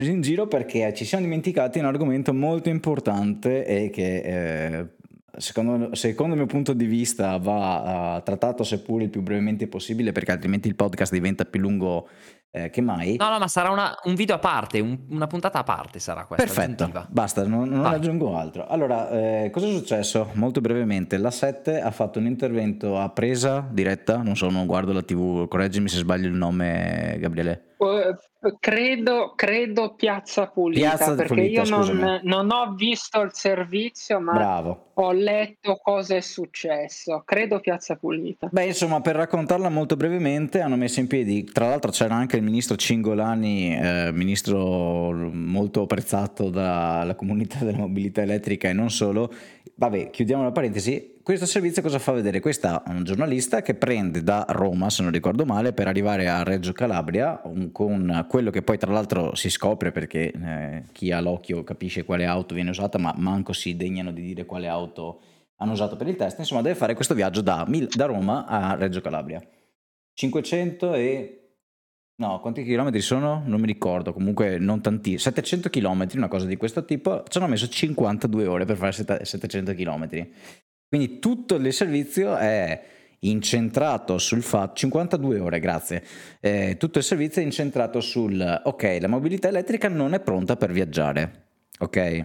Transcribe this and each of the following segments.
in giro perché ci siamo dimenticati un argomento molto importante e che secondo il mio punto di vista va trattato seppur il più brevemente possibile, perché altrimenti il podcast diventa più lungo che mai. No, ma sarà un video a parte, una puntata a parte sarà questa, Perfetto, aggiuntiva. basta, non Vai. aggiungo altro. Allora, cosa è successo? Molto brevemente, la 7 ha fatto un intervento a presa diretta, non so, non guardo la TV, correggimi se sbaglio il nome, Gabriele. Credo Piazza Pulita, Piazza perché Pulita, io scusami. non ho visto il servizio, ma Bravo. ho letto cosa è successo. Credo Piazza Pulita. Beh, insomma, per raccontarla molto brevemente, hanno messo in piedi, tra l'altro c'era anche il ministro Cingolani, ministro molto apprezzato dalla comunità della mobilità elettrica e non solo. Vabbè, chiudiamo la parentesi. Questo servizio cosa fa vedere? Questa è un giornalista che prende da Roma, se non ricordo male, per arrivare a Reggio Calabria, con quello che poi tra l'altro si scopre, perché chi ha l'occhio capisce quale auto viene usata, ma manco si degnano di dire quale auto hanno usato per il test. Insomma, deve fare questo viaggio da Roma a Reggio Calabria. 500 e... no, quanti chilometri sono? Non mi ricordo, comunque non tanti, 700 chilometri, una cosa di questo tipo. Ci hanno messo 52 ore per fare 700 chilometri. Quindi tutto il servizio è incentrato sul fatto... 52 ore, grazie. Tutto il servizio è incentrato sul... ok, la mobilità elettrica non è pronta per viaggiare, ok?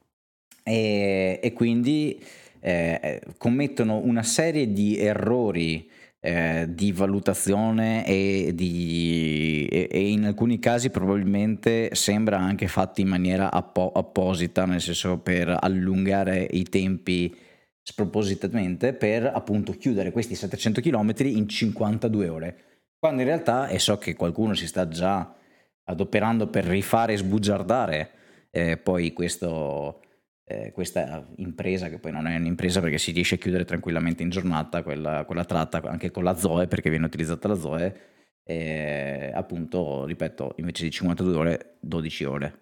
E quindi commettono una serie di errori di valutazione e in alcuni casi probabilmente sembra anche fatti in maniera apposita, nel senso per allungare i tempi spropositamente, per appunto chiudere questi 700 km in 52 ore, quando in realtà, e so che qualcuno si sta già adoperando per rifare e sbugiardare poi questa impresa, che poi non è un'impresa perché si riesce a chiudere tranquillamente in giornata quella tratta anche con la Zoe, perché viene utilizzata la Zoe, appunto, ripeto, invece di 52 ore 12 ore.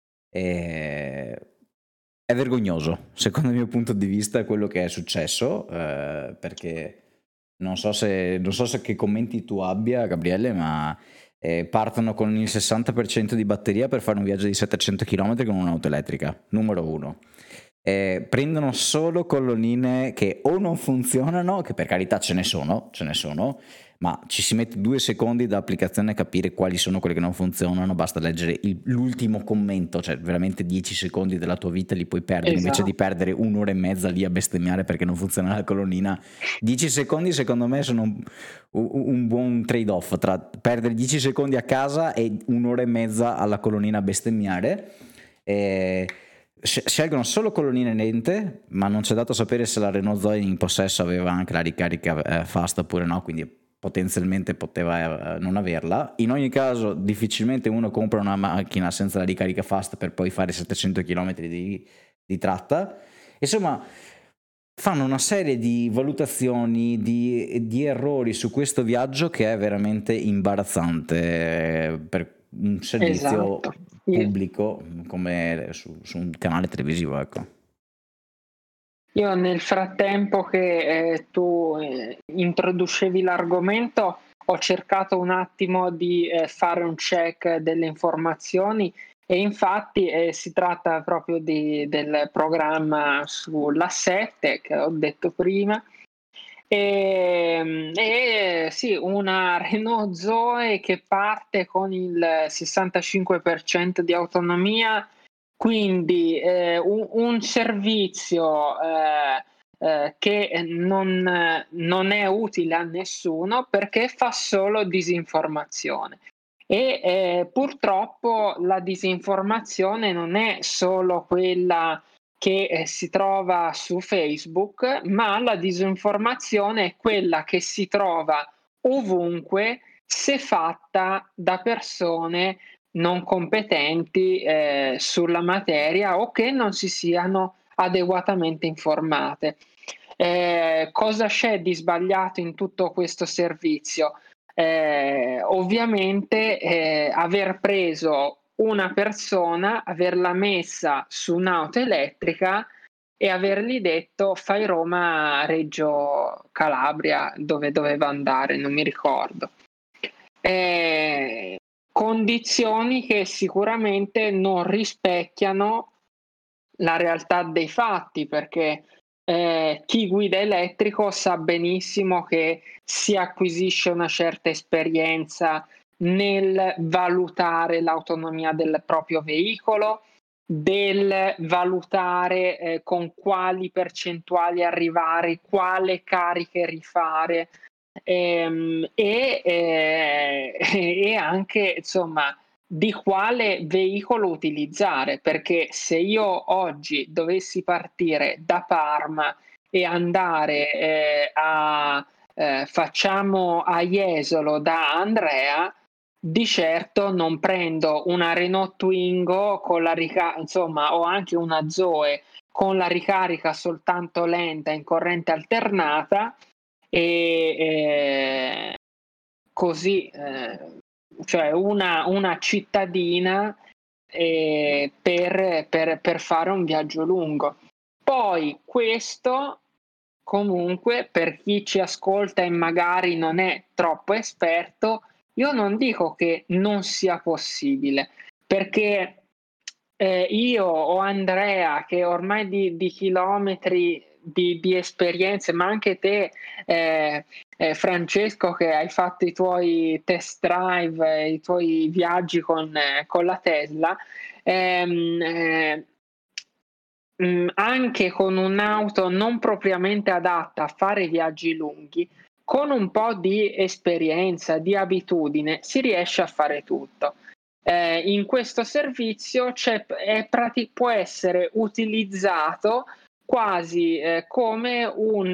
È vergognoso secondo il mio punto di vista quello che è successo, perché non so se che commenti tu abbia, Gabriele, ma partono con il 60% di batteria per fare un viaggio di 700 km con un'auto elettrica, numero uno. Prendono solo colonnine che o non funzionano, che per carità ce ne sono, ma ci si mette 2 secondi da applicazione a capire quali sono quelle che non funzionano, basta leggere l'ultimo commento, cioè veramente 10 secondi della tua vita li puoi perdere, Esatto. invece di perdere un'ora e mezza lì a bestemmiare perché non funziona la colonnina. 10 secondi secondo me sono un buon trade-off tra perdere 10 secondi a casa e un'ora e mezza alla colonnina a bestemmiare. Scelgono solo colonnine lente, ma non c'è dato sapere se la Renault Zoe in possesso aveva anche la ricarica fast oppure no, quindi potenzialmente poteva non averla. In ogni caso difficilmente uno compra una macchina senza la ricarica fast per poi fare 700 km di tratta. Insomma, fanno una serie di valutazioni, di errori su questo viaggio che è veramente imbarazzante per un servizio pubblico come su un canale televisivo, ecco. Io nel frattempo che tu introducevi l'argomento ho cercato un attimo di fare un check delle informazioni e infatti si tratta proprio del programma sulla 7 che ho detto prima e sì, una Renault Zoe che parte con il 65% di autonomia, quindi un servizio che non è utile a nessuno perché fa solo disinformazione. E purtroppo la disinformazione non è solo quella che si trova su Facebook, ma la disinformazione è quella che si trova ovunque se fatta da persone non competenti sulla materia o che non si siano adeguatamente informate. Cosa c'è di sbagliato in tutto questo servizio? Ovviamente aver preso una persona, averla messa su un'auto elettrica e avergli detto fai Roma-Reggio Calabria, dove doveva andare, non mi ricordo. condizioni che sicuramente non rispecchiano la realtà dei fatti, perché chi guida elettrico sa benissimo che si acquisisce una certa esperienza nel valutare l'autonomia del proprio veicolo, del valutare con quali percentuali arrivare, quale cariche rifare, e anche insomma di quale veicolo utilizzare, perché se io oggi dovessi partire da Parma e andare facciamo a Jesolo da Andrea, di certo non prendo una Renault Twingo con la insomma, o anche una Zoe con la ricarica soltanto lenta in corrente alternata e così, cioè una cittadina per fare un viaggio lungo. Poi questo comunque per chi ci ascolta e magari non è troppo esperto, io non dico che non sia possibile, perché io o Andrea che ormai di chilometri di esperienze, ma anche te Francesco che hai fatto i tuoi test drive, i tuoi viaggi con la Tesla, anche con un'auto non propriamente adatta a fare viaggi lunghi, con un po' di esperienza, di abitudine, si riesce a fare tutto. In questo servizio può essere utilizzato quasi come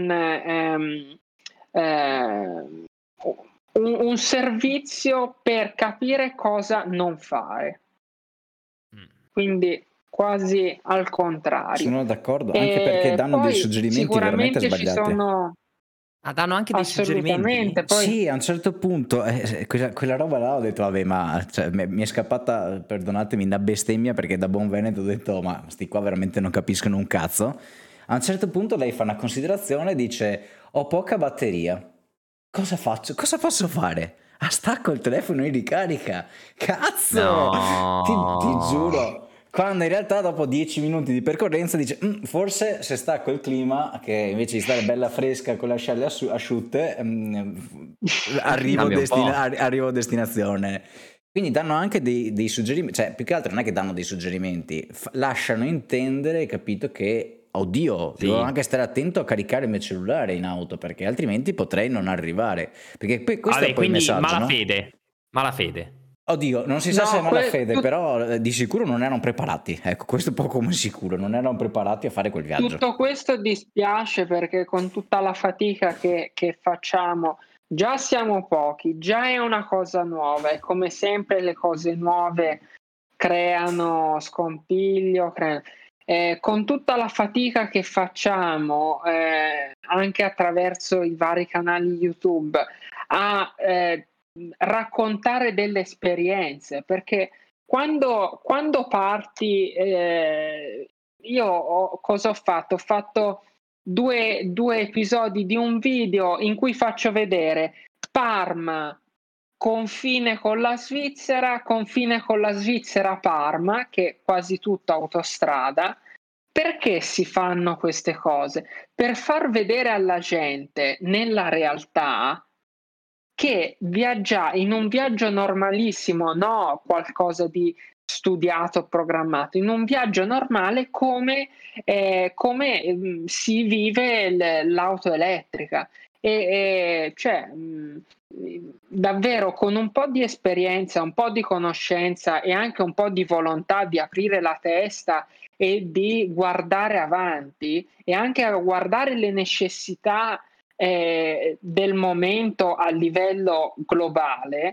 un servizio per capire cosa non fare. Quindi quasi al contrario. Sono d'accordo, anche perché danno dei Poi suggerimenti veramente sicuramente ci sbagliati. sono danno anche dei suggerimenti? assolutamente, poi Sì, a un certo punto quella roba là ho detto, vabbè, ma cioè, mi è scappata, perdonatemi, una bestemmia perché da buon veneto ho detto, ma sti qua veramente non capiscono un cazzo. A un certo punto lei fa una considerazione e dice, ho poca batteria. Cosa faccio? Cosa posso fare? Ah, stacco il telefono in ricarica. Cazzo! Ti giuro. Quando in realtà dopo 10 minuti di percorrenza dice forse se stacco il clima, che invece di stare bella fresca con le ascelle asciutte, arrivo Cambia un po'. arrivo a destinazione. Quindi danno anche dei suggerimenti, cioè più che altro non è che danno dei suggerimenti, lasciano intendere, capito, che oddio, Sì. devo anche stare attento a caricare il mio cellulare in auto perché altrimenti potrei non arrivare. Perché questo è poi il Quindi messaggio, no? malafede. Oddio, non si sa se è malafede, però di sicuro non erano preparati. Ecco, questo è poco come sicuro, non erano preparati a fare quel viaggio. tutto questo dispiace perché con tutta la fatica che facciamo, già siamo pochi, già è una cosa nuova e come sempre le cose nuove creano scompiglio, con tutta la fatica che facciamo anche attraverso i vari canali YouTube a raccontare delle esperienze, perché quando parti io cosa ho fatto? Ho fatto due episodi di un video in cui faccio vedere Parma confine con la Svizzera Parma, che è quasi tutta autostrada. Perché si fanno queste cose? Per far vedere alla gente nella realtà che in un viaggio normalissimo, no qualcosa di studiato, programmato, in un viaggio normale come si vive l'auto elettrica. Cioè, davvero con un po' di esperienza, un po' di conoscenza e anche un po' di volontà di aprire la testa e di guardare avanti e anche a guardare le necessità del momento a livello globale,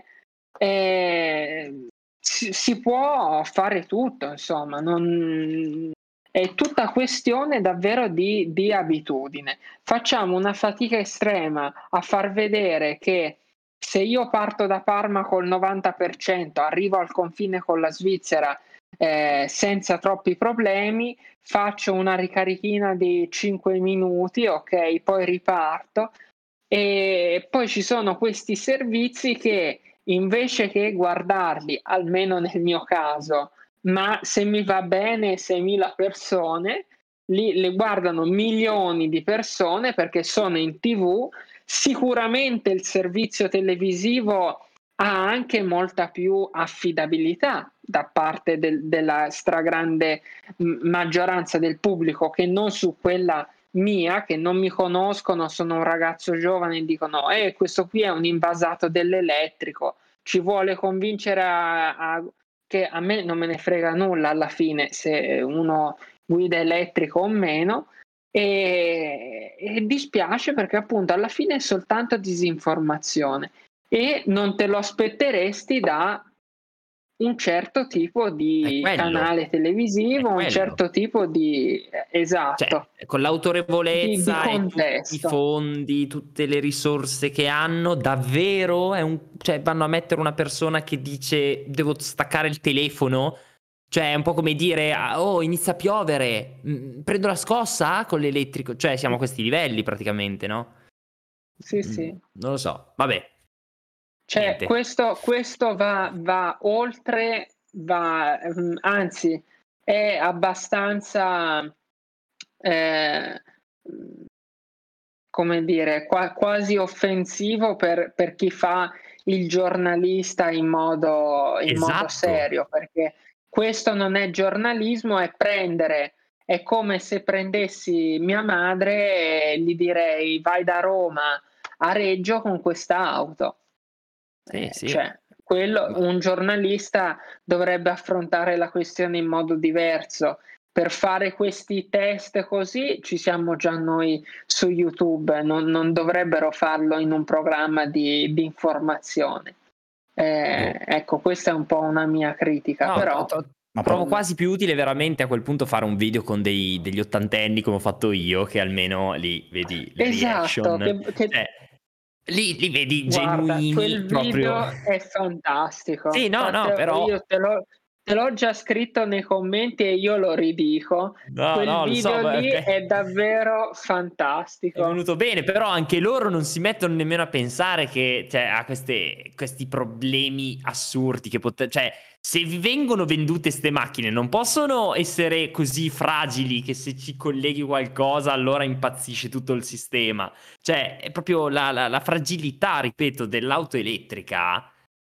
si può fare tutto, insomma, è tutta questione davvero di abitudine. Facciamo una fatica estrema a far vedere che se io parto da Parma col 90%, arrivo al confine con la Svizzera senza troppi problemi, faccio una ricarichina di 5 minuti, ok, poi riparto. E poi ci sono questi servizi che invece che guardarli, almeno nel mio caso, ma se mi va bene 6.000 persone, le guardano milioni di persone perché sono in TV. Sicuramente il servizio televisivo ha anche molta più affidabilità da parte della stragrande maggioranza del pubblico, che non su quella mia, che non mi conoscono, sono un ragazzo giovane e dicono questo qui è un invasato dell'elettrico, ci vuole convincere che a me non me ne frega nulla alla fine se uno guida elettrico o meno. E dispiace perché appunto alla fine è soltanto disinformazione e non te lo aspetteresti da un certo tipo È di quello, canale è televisivo, un quello. certo tipo di Cioè, esatto, con di l'autorevolezza e tutti i contesto. fondi, tutte le risorse che hanno, davvero cioè vanno a mettere una persona che dice: "Devo staccare il telefono"? Cioè, è un po' come dire: "Oh, inizia a piovere, prendo la scossa con l'elettrico". Cioè, siamo a questi livelli praticamente, no? Sì, sì. Non lo so. Vabbè, Cioè niente. questo va oltre, anzi è abbastanza, ehm, mhmm, come dire, quasi offensivo per chi fa il giornalista in modo Esatto. serio, perché questo non è giornalismo, è come se prendessi mia madre e gli direi: "Vai da Roma a Reggio con quest'auto". Sì, sì. Cioè, quello Ma un giornalista dovrebbe affrontare la questione in modo diverso. Per fare questi test così ci siamo già noi su YouTube, non dovrebbero farlo in un programma di informazione. boh. Ecco, questa è un po' una mia critica, No, però, Ma trovo po- quasi più utile veramente a quel punto fare un video con degli ottantenni come ho fatto io, che almeno lì vedi le esatto, reaction. che Cioè, lì vedi guarda, genuini quel proprio. video è Sì, fantastico. no, no, però Io te l'ho già scritto nei commenti e io lo ridico. no, Quel no, lo so, video ma lì è davvero è fantastico. venuto bene, però anche loro non si mettono nemmeno a pensare che, cioè, ha questi problemi assurdi che cioè, se vi vengono vendute 'ste macchine non possono essere così fragili che se ci colleghi qualcosa allora impazzisce tutto il sistema. Cioè, è proprio la fragilità, ripeto, dell'auto elettrica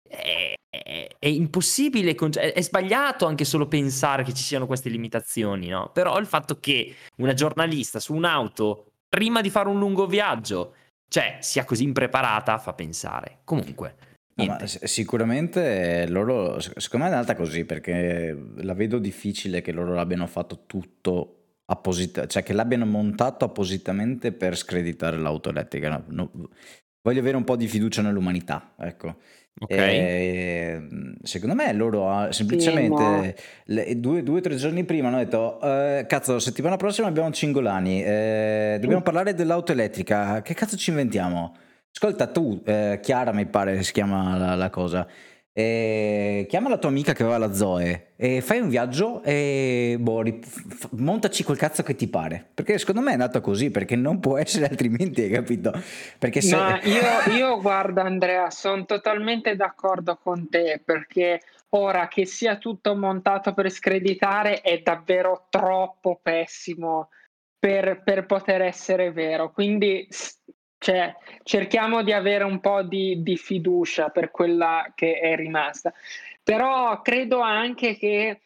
è impossibile è sbagliato anche solo pensare che ci siano queste limitazioni, no, però il fatto che una giornalista su un'auto, prima di fare un lungo viaggio, cioè sia così impreparata, fa pensare. Comunque, no, ma niente. sicuramente loro, secondo me è andata così perché la vedo difficile che loro l'abbiano fatto tutto apposita, cioè che l'abbiano montato appositamente per screditare l'auto elettrica. Voglio avere un po' di fiducia nell'umanità, ecco. Okay. Secondo me loro Sì, no. semplicemente 2 o 3 giorni prima hanno detto cazzo, settimana prossima abbiamo Cingolani, dobbiamo parlare dell'auto elettrica, che cazzo ci inventiamo? Ascolta tu, Chiara mi pare si chiama la cosa, chiama la tua amica che aveva la Zoe e fai un viaggio e boh, montaci quel cazzo che ti pare, perché secondo me è andata così, perché non può essere altrimenti, hai capito? Perché se... Ma io guarda Andrea, son totalmente d'accordo con te, perché ora che sia tutto montato per screditare è davvero troppo pessimo per poter essere vero. Quindi cioè, cerchiamo di avere un po' di fiducia per quella che è rimasta. Però credo anche che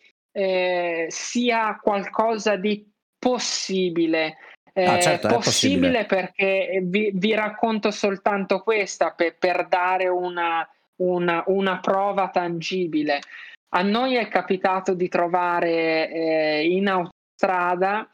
sia qualcosa di possibile. No, certo, è Possibile possibile. perché vi racconto soltanto questa per dare una prova tangibile. A noi è capitato di trovare in autostrada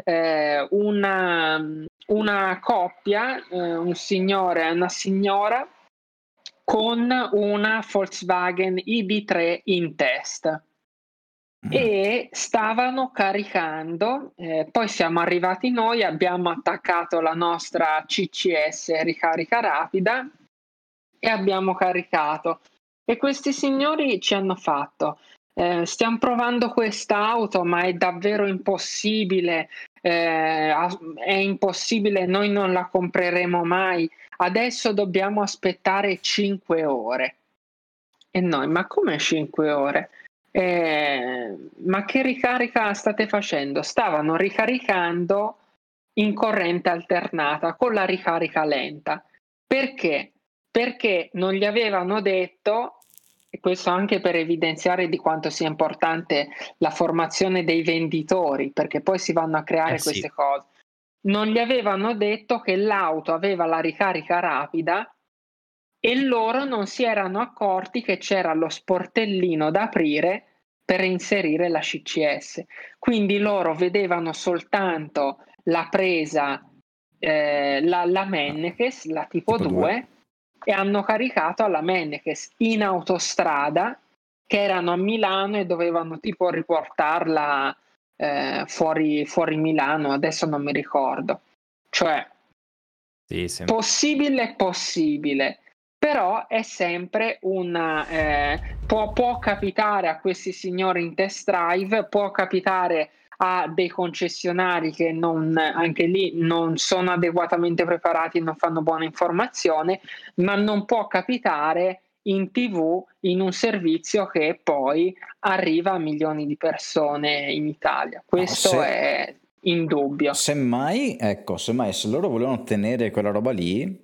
una coppia, un signore e una signora, con una Volkswagen ID3 in testa. Mm. E stavano caricando, poi siamo arrivati noi, abbiamo attaccato la nostra CCS ricarica rapida e abbiamo caricato. E questi signori ci hanno fatto: "Stiam provando quest'auto, ma è davvero impossibile, è impossibile, noi non la compreremo mai. Adesso dobbiamo aspettare 5 ore". E noi, ma come 5 ore? Ma che ricarica state facendo? Stavano ricaricando in corrente alternata con la ricarica lenta. Perché? Perché non gli avevano detto, e questo anche per evidenziare di quanto sia importante la formazione dei venditori, perché poi si vanno a creare Sì. queste cose. Non gli avevano detto che l'auto aveva la ricarica rapida e loro non si erano accorti che c'era lo sportellino da aprire per inserire la CCS. Quindi loro vedevano soltanto la presa, la Mennekes, la tipo 2, e hanno caricato alla Mennekes in autostrada, che erano a Milano e dovevano tipo riportarla fuori Milano, adesso non mi ricordo. Cioè, Sì. possibile, però è sempre può capitare a questi signori in test drive, può capitare a dei concessionari che anche lì non sono adeguatamente preparati, non fanno buona informazione, ma non può capitare in TV in un servizio che poi arriva a milioni di persone in Italia. No, Questo è indubbio. Semmai, ecco, semmai se loro volevano ottenere quella roba lì,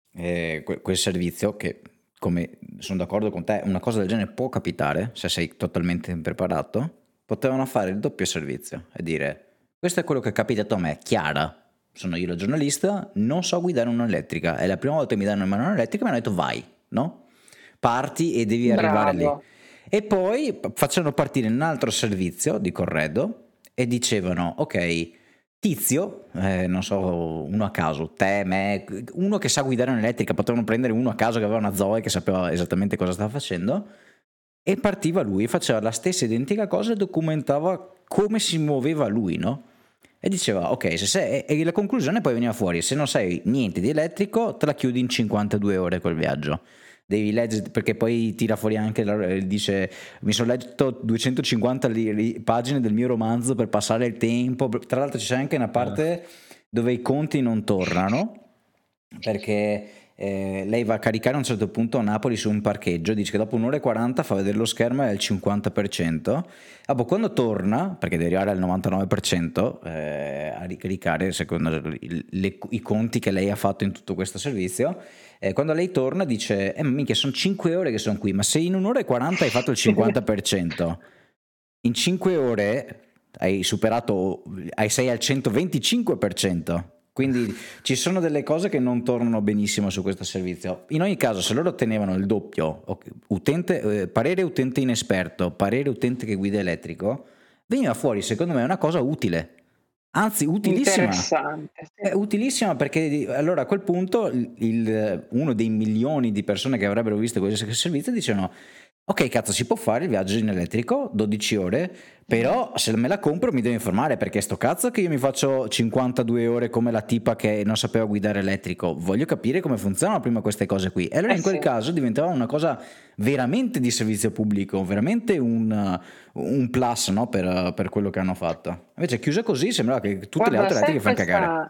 quel servizio, che come sono d'accordo con te, una cosa del genere può capitare se sei totalmente impreparato, potevano fare il doppio servizio e dire: questo è quello che è capitato a me, Chiara, sono io la giornalista, non so guidare un'elettrica, è la prima volta che mi danno in mano un'elettrica e mi hanno detto vai, no? Parti e devi arrivare lì. Bravo. E poi facevano partire un altro servizio di corredo e dicevano: ok, Tizio, non so, uno a caso, te, me, uno che sa guidare un'elettrica, potevano prendere uno a caso che aveva una Zoe che sapeva esattamente cosa stava facendo, e partiva lui, faceva la stessa identica cosa e documentava come si muoveva lui, no? E diceva: ok, se sei, e la conclusione poi veniva fuori: se non sai niente di elettrico, te la chiudi in 52 ore quel viaggio. Devi leggere, perché poi tira fuori anche, dice: mi sono letto 250 pagine del mio romanzo per passare il tempo. Tra l'altro c'è anche una parte dove i conti non tornano, perché lei va a caricare a un certo punto a Napoli su un parcheggio, dice che dopo 1 ora e 40 fa vedere lo schermo e è al 50%. Quando torna, perché deve arrivare al 99%, a ricaricare secondo i conti che lei ha fatto in tutto questo servizio, quando lei torna dice: ma minchia, sono 5 ore che sono qui, ma se in 1 ora e 40 hai fatto il 50%, in 5 ore hai superato, sei al 125%. Quindi ci sono delle cose che non tornano benissimo su questo servizio. In ogni caso, se loro ottenevano il doppio, parere utente inesperto, parere utente che guida elettrico, veniva fuori secondo me una cosa utile, anzi utilissima. Interessante. È utilissima, perché allora a quel punto uno dei milioni di persone che avrebbero visto questo servizio dicevano: ok, cazzo, si può fare il viaggio in elettrico 12 ore, però se me la compro mi devo informare, perché sto cazzo che io mi faccio 52 ore come la tipa che non sapeva guidare elettrico, voglio capire come funzionano prima queste cose qui. E allora in quel Sì. caso diventava una cosa veramente di servizio pubblico, veramente un plus, no, per quello che hanno fatto. Invece chiusa così sembrava che tutte le Guarda, altre sai elettriche fanno cagare.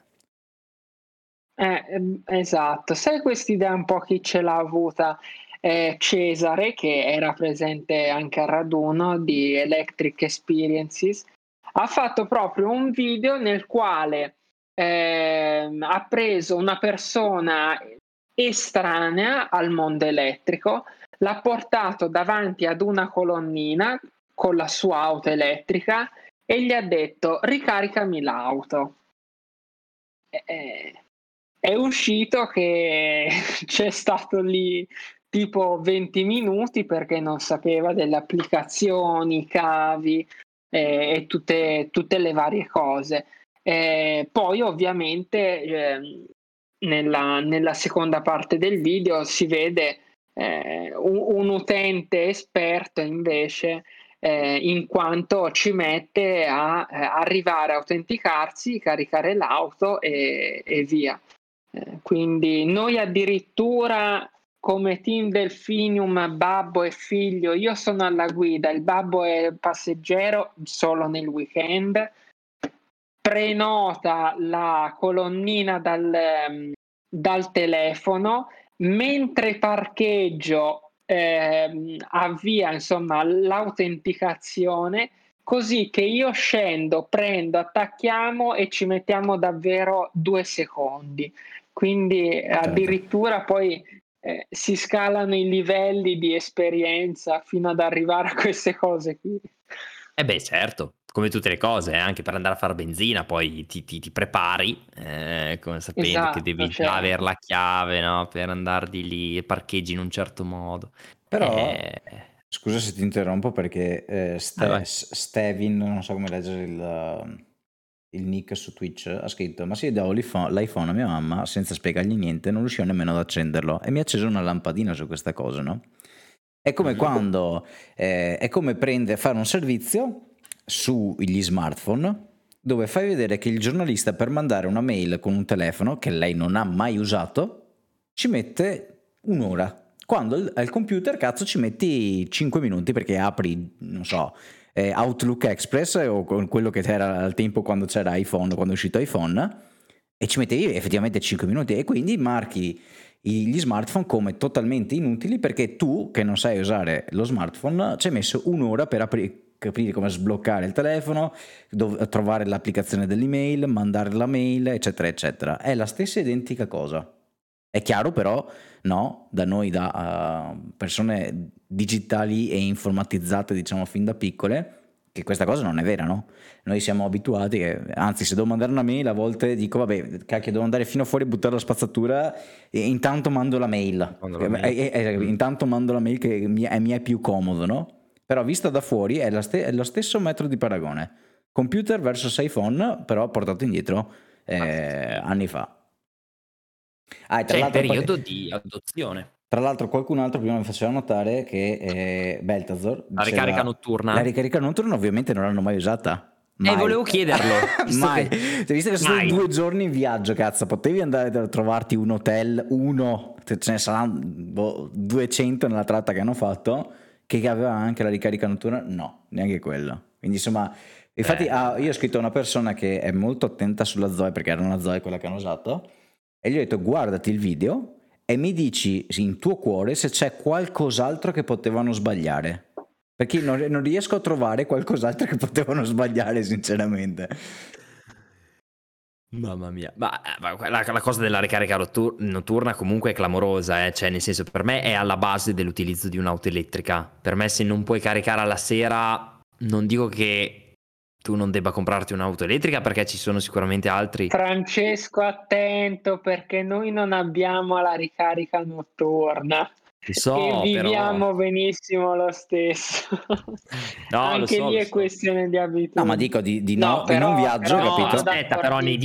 esatto, sai quest'idea un po' chi ce l'ha avuta? Cesare, che era presente anche al raduno di Electric Experiences, ha fatto proprio un video nel quale ha preso una persona estranea al mondo elettrico, l'ha portato davanti ad una colonnina con la sua auto elettrica e gli ha detto: ricaricami l'auto. È uscito che c'è stato lì tipo 20 minuti perché non sapeva delle applicazioni, i cavi e tutte le varie cose. Poi ovviamente nella seconda parte del video si vede un utente esperto invece, in quanto ci mette a arrivare a autenticarsi, caricare l'auto e via. Quindi noi addirittura come Team Delphinium, babbo e figlio, io sono alla guida, il babbo è passeggero solo nel weekend, prenota la colonnina dal telefono, mentre parcheggio avvia insomma l'autenticazione, così che io scendo, prendo, attacchiamo e ci mettiamo davvero 2 secondi. Quindi addirittura poi si scalano i livelli di esperienza fino ad arrivare a queste cose qui. Eh beh, certo, come tutte le cose, anche per andare a far benzina poi ti prepari, sapendo che Esatto, devi già cioè aver la chiave, no, per andar di lì e parcheggi in un certo modo. Però, Eh, scusa se ti interrompo perché vai, vai. Stevin, non so come leggere il nick su Twitch, ha scritto: ma se io davo l'iPhone a mia mamma senza spiegargli niente, non riusciva nemmeno ad accenderlo. E mi ha acceso una lampadina su questa cosa, no? È come quando è come fare un servizio sugli smartphone dove fai vedere che il giornalista per mandare una mail con un telefono che lei non ha mai usato ci mette un'ora. Quando al computer, cazzo, ci metti 5 minuti perché apri, non so, Outlook Express o con quello che era al tempo quando c'era iPhone, quando è uscito iPhone, e ci mettevi effettivamente 5 minuti e quindi marchi gli smartphone come totalmente inutili perché tu, che non sai usare lo smartphone, ci hai messo un'ora per capire come sbloccare il telefono, trovare l'applicazione dell'email, mandare la mail, eccetera, eccetera. È la stessa identica cosa. È chiaro però, no, da noi, da persone digitali e informatizzate, diciamo, fin da piccole, che questa cosa non è vera, no? Noi siamo abituati che, anzi, se devo mandare una mail a volte dico, vabbè, cacchio, devo andare fino fuori a buttare la spazzatura e intanto mando la mail. Intanto mando la mail che mi è più comodo, no? Però vista da fuori è lo stesso metro di paragone. Computer versus iPhone, però portato indietro anni fa. C'è il periodo di adozione. Tra l'altro qualcun altro prima mi faceva notare che Beltazor La ricarica notturna? La ricarica notturna ovviamente non l'hanno mai usata. Mai. Volevo chiederlo. Mai. Visto che sono 2 giorni in viaggio, cazzo, potevi andare a trovarti un hotel, ce ne saranno 200 nella tratta che hanno fatto, che aveva anche la ricarica notturna? No, neanche quello. Quindi insomma, infatti io ho scritto a una persona che è molto attenta sulla Zoe, perché era una Zoe quella che hanno usato, e gli ho detto guardati il video e mi dici in tuo cuore se c'è qualcos'altro che potevano sbagliare, perché non riesco a trovare qualcos'altro che potevano sbagliare sinceramente. Mamma mia, ma la cosa della ricarica notturna comunque è clamorosa, cioè nel senso, per me è alla base dell'utilizzo di un'auto elettrica. Per me, se non puoi caricare alla sera, non dico che tu non debba comprarti un'auto elettrica, perché ci sono sicuramente altri. Francesco, attento, perché noi non abbiamo la ricarica notturna e viviamo benissimo lo stesso. No, anche lì è questione di abitudine. No, ma dico di non viaggio, però, capito? aspetta, però nei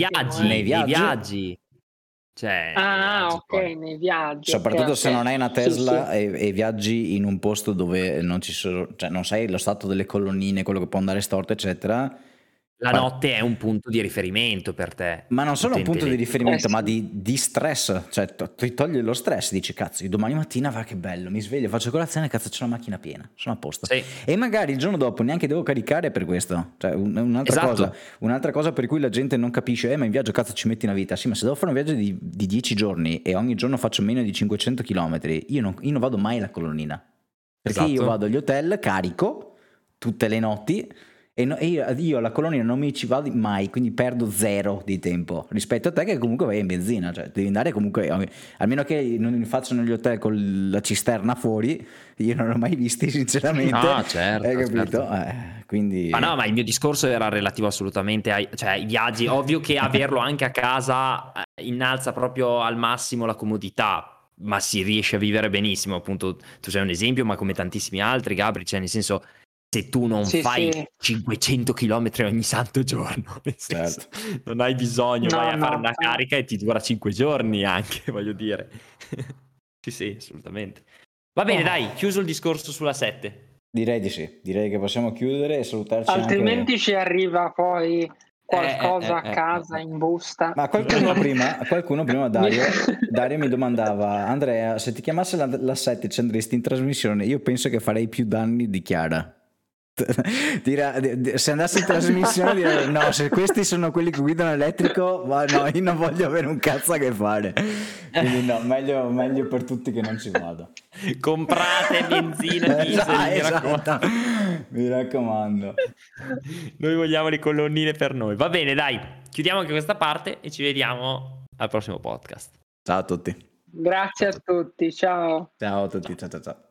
viaggi. Cioè, ok, nei viaggi. Soprattutto se non hai una Tesla sì. e viaggi in un posto dove non ci sono, cioè non sai lo stato delle colonnine, quello che può andare storto, eccetera. La notte è un punto di riferimento per te. Ma non solo un punto di riferimento, ma di stress. Cioè ti togli lo stress, dici cazzo, domani mattina va che bello, mi sveglio, faccio colazione, cazzo c'ho la macchina piena, sono a posto. Sì. E magari il giorno dopo neanche devo caricare per questo. Cioè un'altra cosa per cui la gente non capisce, ma in viaggio cazzo ci metti una vita. Sì, ma se devo fare un viaggio di 10 giorni e ogni giorno faccio meno di 500 km, io non vado mai alla colonnina. Perché io vado agli hotel, carico tutte le notti. E io alla colonia non mi ci vado mai, quindi perdo 0 di tempo rispetto a te che comunque vai in benzina, cioè devi andare comunque, almeno che non facciano gli hotel con la cisterna fuori, io non l'ho mai visti sinceramente. No, certo, hai capito? Certo. Quindi... Ma il mio discorso era relativo assolutamente ai viaggi. Ovvio che averlo anche a casa innalza proprio al massimo la comodità, ma si riesce a vivere benissimo. Appunto, tu sei un esempio, ma come tantissimi altri, Gabri, cioè nel senso, se tu non fai 500 km ogni santo giorno, nel senso, non hai bisogno, vai a fare una carica e ti dura 5 giorni anche, voglio dire. Sì, assolutamente. Va bene, dai, chiuso il discorso sulla 7. Direi di sì, direi che possiamo chiudere e salutarci. Altrimenti ci arriva poi qualcosa a casa in busta. Ma qualcuno prima Dario mi domandava: Andrea, se ti chiamasse la 7 ci andresti in trasmissione? Io penso che farei più danni di Chiara. Se andassi in trasmissione dire no, se questi sono quelli che guidano elettrico, ma no, io non voglio avere un cazzo a che fare, quindi no, meglio per tutti che non ci vado. Comprate benzina, diesel, esatto. Mi raccomando. Noi vogliamo le colonnine per noi. Va bene, dai, chiudiamo anche questa parte e ci vediamo al prossimo podcast. Ciao a tutti. Grazie a tutti, ciao. Ciao a tutti, ciao ciao ciao.